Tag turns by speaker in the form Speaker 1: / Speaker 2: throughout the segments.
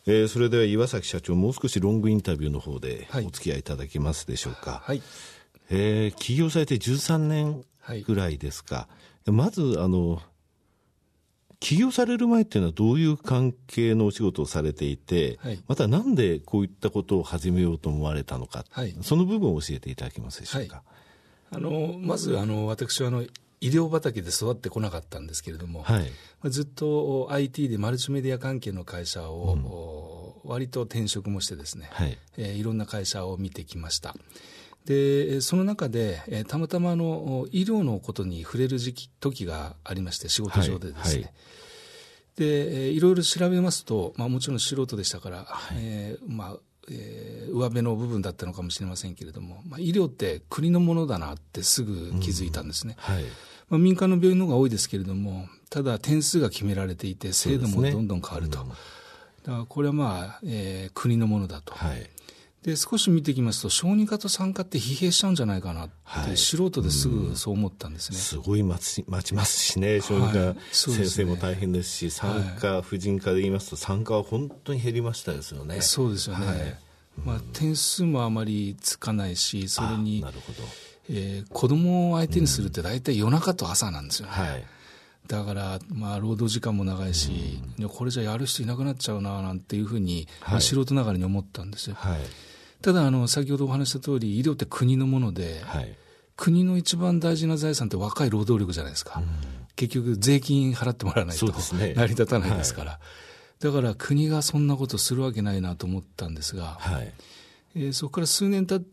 Speaker 1: それでは岩崎社長、もう少しロングインタビューの方でお付き合いいただけますでしょうか。
Speaker 2: はい。
Speaker 1: 起業されて13年ぐらいですか。まず起業される前っていうのはどういう関係のお仕事をされていて、またなんでこういったことを始めようと思われたのか、その部分を教えていただけますでしょうか。
Speaker 2: まず私は医療畑で育ってこなかったんですけれども、ずっと IT でマルチメディア関係の会社を割と転職もしてですね、いろんな会社を見てきました。でその中でたまたま医療のことに触れる時がありまして、仕事上でですね、でいろいろ調べますと、もちろん素人でしたから、上辺の部分だったのかもしれませんけれども、医療って国のものだなってすぐ気づいたんですね。民間の病院の方が多いですけれども、ただ点数が決められていて制度もどんどん変わると、だからこれは国のものだと、で少し見てきますと、小児科と産科って疲弊しちゃうんじゃないかなって、素人ですぐそう思ったんですね。
Speaker 1: すごい待ちますしね、小児科先生も大変ですし、産科、婦人科で言いますと産科は本当に減りましたですよね。
Speaker 2: そうですよね、点数もあまりつかないし、それに子供を相手にするって大体夜中と朝なんですよね。だから労働時間も長いし、これじゃやる人いなくなっちゃうななんていうふうに、素人ながらに思ったんですよ。ただ先ほどお話した通り、医療って国のもので、国の一番大事な財産って若い労働力じゃないですか。結局税金払ってもらわないと成り立たないですから、だから国がそんなことするわけないなと思ったんですが、そこから数年経って、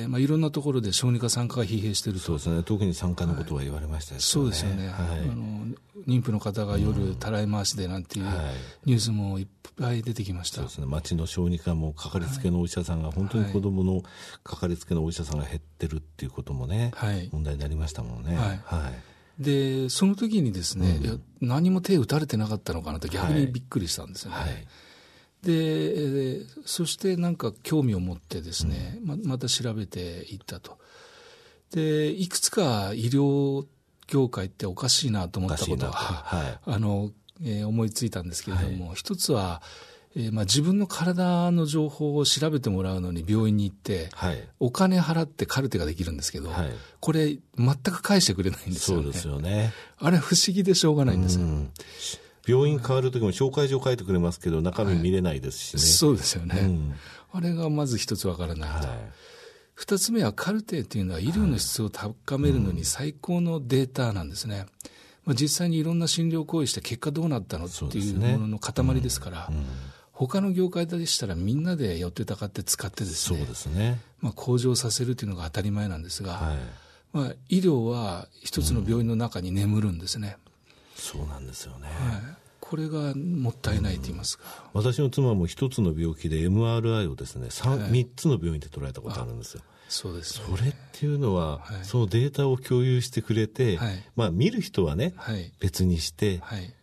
Speaker 2: いろんなところで小児科産科が疲弊していると。
Speaker 1: そうですね、特に産科のことは言われましたよね。
Speaker 2: そうですよね、妊婦の方が夜たらい回しでなんていうニュースもいっぱい出てきました。
Speaker 1: そうですね、町の小児科もかかりつけのお医者さんが、本当に子どものかかりつけのお医者さんが減ってるっていうこともね、問題になりましたもんね。
Speaker 2: でその時にですね、何も手打たれてなかったのかなと逆にびっくりしたんですよね。でそしてなんか興味を持ってですね、また調べていったと。でいくつか医療業界っておかしいなと思ったことは、思いついたんですけれども、一つは、自分の体の情報を調べてもらうのに病院に行って、お金払ってカルテができるんですけど、これ全く返してくれないんですよね。
Speaker 1: そうですよね。
Speaker 2: あれ不思議でしょうがないんですよ。
Speaker 1: 病院変わるときも紹介状書いてくれますけど、中身見れないですしね。
Speaker 2: そうですよね、あれがまず一つわからないと。二つ目はカルテというのは医療の質を高めるのに最高のデータなんですね。実際にいろんな診療行為して結果どうなったのっていうものの塊ですから、他の業界でしたらみんなで寄ってたかって使ってですね、向上させるというのが当たり前なんですが、医療は一つの病院の中に眠るんですね。
Speaker 1: そうなんですよね。
Speaker 2: これがもったいないと言いますか。
Speaker 1: 私の妻も一つの病気で MRI をですね 3つの病院で捉えたことあるんですよ。
Speaker 2: そうですね。
Speaker 1: それっていうのは、そのデータを共有してくれて、見る人はね、別にして、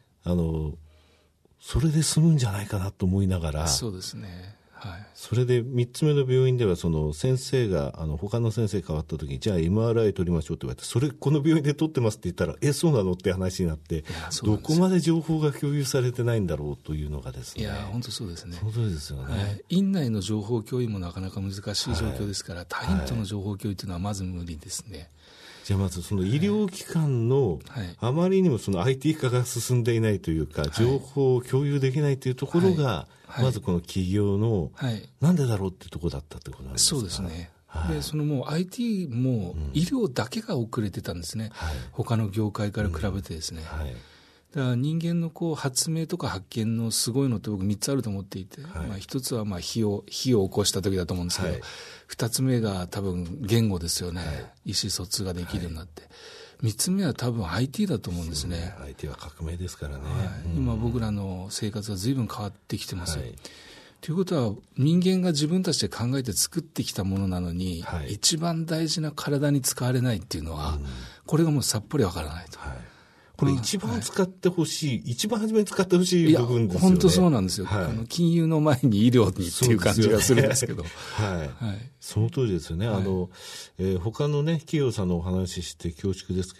Speaker 1: それで済むんじゃないかなと思いながら、
Speaker 2: そうですね。
Speaker 1: それで3つ目の病院ではその先生が他の先生変わった時にじゃあ MRI 取りましょうって言われて、それこの病院で取ってますって言ったらそうなのって話になって、どこまで情報が共有されてないんだろうというのがですね。
Speaker 2: いや本当そうですね。
Speaker 1: 本当ですよね。
Speaker 2: 院内の情報共有もなかなか難しい状況ですから、他院との情報共有というのはまず無理ですね。
Speaker 1: じゃあまずその医療機関の、あまりにもその IT 化が進んでいないというか、情報を共有できないというところが、まずこの企業の、なんでだろうっていうところだったってことなんですか。
Speaker 2: そうですね。でそのもう IT も医療だけが遅れてたんですね、他の業界から比べてですね。だから人間の発明とか発見のすごいのって僕3つあると思っていて、1つは火を起こした時だと思うんですけど、2つ目が多分言語ですよね、意思疎通ができるようになって、3つ目は多分 IT だと思うんですね。
Speaker 1: IT は革命ですからね、
Speaker 2: 今僕らの生活が随分変わってきてます、ということは人間が自分たちで考えて作ってきたものなのに、一番大事な体に使われないっていうのは、これがもうさっぱりわからないと。
Speaker 1: これ一番使ってほしい、一番初めに使ってほしい部分ですよね。
Speaker 2: 本当そうなんですよ、金融の前に医療にっていう感じがするんですけど、
Speaker 1: その通りですよね。他のね企業さんのお話しして恐縮ですけ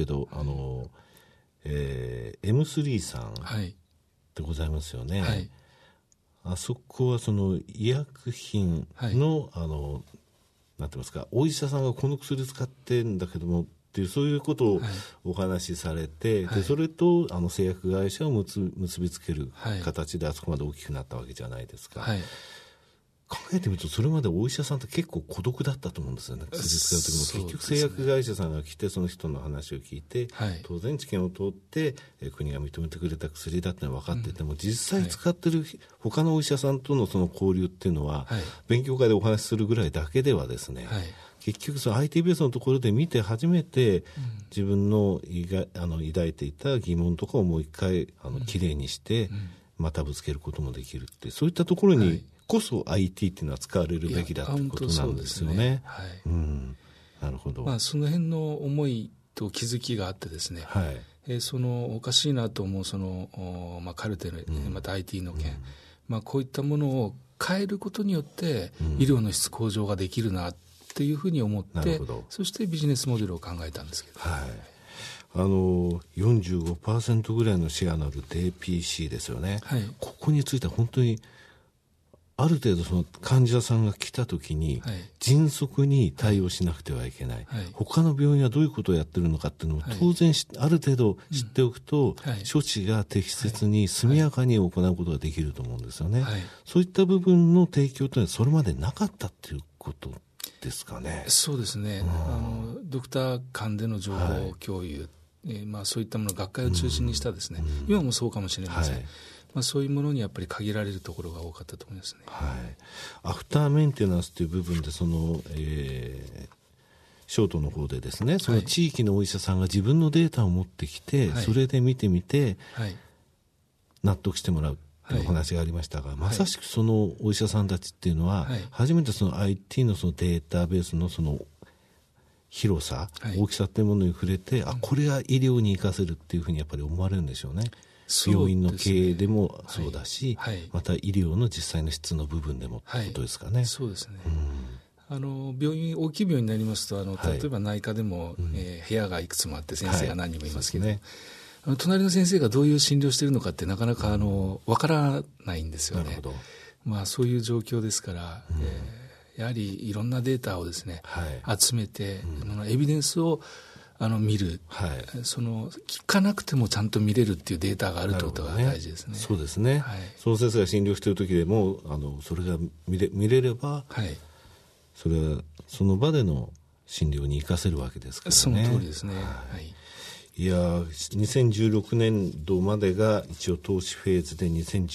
Speaker 1: ど、M3 さんでございますよね。 あそこはその医薬品の、なんて言いますか、お医者さんがこの薬使ってんだけどもっていう、そういうことをお話しされて、でそれと製薬会社を結びつける形であそこまで大きくなったわけじゃないですか。考えてみるとそれまでお医者さんって結構孤独だったと思うんですよね。薬使う時も結局製薬会社さんが来てその人の話を聞いて、当然治験を通って国が認めてくれた薬だってのは分かってても、実際使ってる他のお医者さんとのその交流っていうのは、勉強会でお話しするぐらいだけではですね、結局その IT ベースのところで見て初めて自分の抱いていた疑問とかをもう一回きれいにしてまたぶつけることもできるって、そういったところにこそ IT っていうのは使われるべきだということなんですよね。なるほど。
Speaker 2: その辺の思いと気づきがあってですね、そのおかしいなと思うその、カルテル、また IT の件、こういったものを変えることによって医療の質向上ができるなっていうふうに思って、そしてビジネスモデルを考えたんですけど、
Speaker 1: 45% ぐらいのシェアのある DPC ですよね。ここについては本当にある程度その患者さんが来た時に迅速に対応しなくてはいけない、他の病院はどういうことをやってるのかっていうのも当然ある程度知っておくと、処置が適切に速やかに行うことができると思うんですよね。そういった部分の提供というのはそれまでなかったっていうことですかね。
Speaker 2: そうですね。ドクター間での情報共有、そういったものを学会を中心にしたですね、今もそうかもしれません。そういうものにやっぱり限られるところが多かったと思いますね。
Speaker 1: アフターメンテナンスという部分でその、ショートの方でですね、その地域のお医者さんが自分のデータを持ってきて、それで見てみて、納得してもらうというお話がありましたが、まさしくそのお医者さんたちっていうのは、初めてその IT のそのデータベースのその広さ、大きさというものに触れて、これが医療に生かせるっていうふうにやっぱり思われるんでしょうね。病院の経営でもそうだし、また医療の実際の質の部分でもということですかね。
Speaker 2: そうですね。病院、大きい病院になりますと例えば内科でも、部屋がいくつもあって先生が何人もいますけど、隣の先生がどういう診療しているのかってなかなか分からないんですよね。そういう状況ですから、やはりいろんなデータをですね、集めて、エビデンスを見る、その聞かなくてもちゃんと見れるっていうデータがあるということが大事ですね。
Speaker 1: そうですね。その先生が診療している時でもそれが見れれば、それはその場での診療に生かせるわけですからね。
Speaker 2: その通りですね。
Speaker 1: いや2016年度までが一応投資フェーズで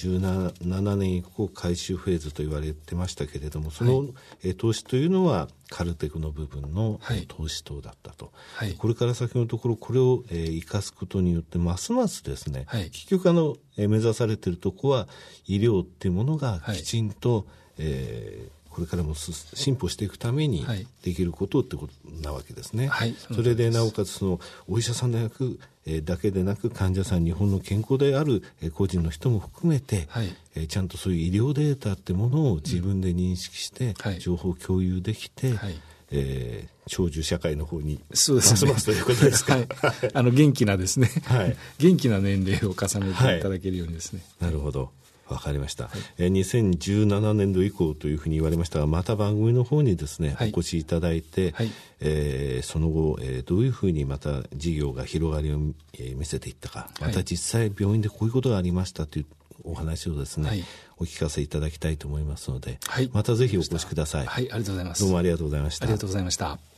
Speaker 1: 2017年以降回収フェーズと言われてましたけれども、その、投資というのはカルテクの部分の投資等だったと、これから先のところこれを、生かすことによってますますですね、結局目指されているところは医療っていうものがきちんと、これからも進歩していくためにできることってことなわけですね。それでなおかつそのお医者さんだけでなく患者さん、日本の健康である個人の人も含めて、ちゃんとそういう医療データってものを自分で認識して情報共有できて、長寿社会の方にますますということですか。
Speaker 2: 元気なですね、元気な年齢を重ねていただけるようにですね。
Speaker 1: なるほど、わかりました。2017年度以降というふうに言われましたが、また番組の方にですね、お越しいただいて、その後、どういうふうにまた事業が広がりを見せていったか、また実際病院でこういうことがありましたというお話をですね、お聞かせいただきたいと思いますので、またぜひお越しください。
Speaker 2: ありがとうございます。
Speaker 1: どうもありがとうございました。
Speaker 2: ありがとうございました。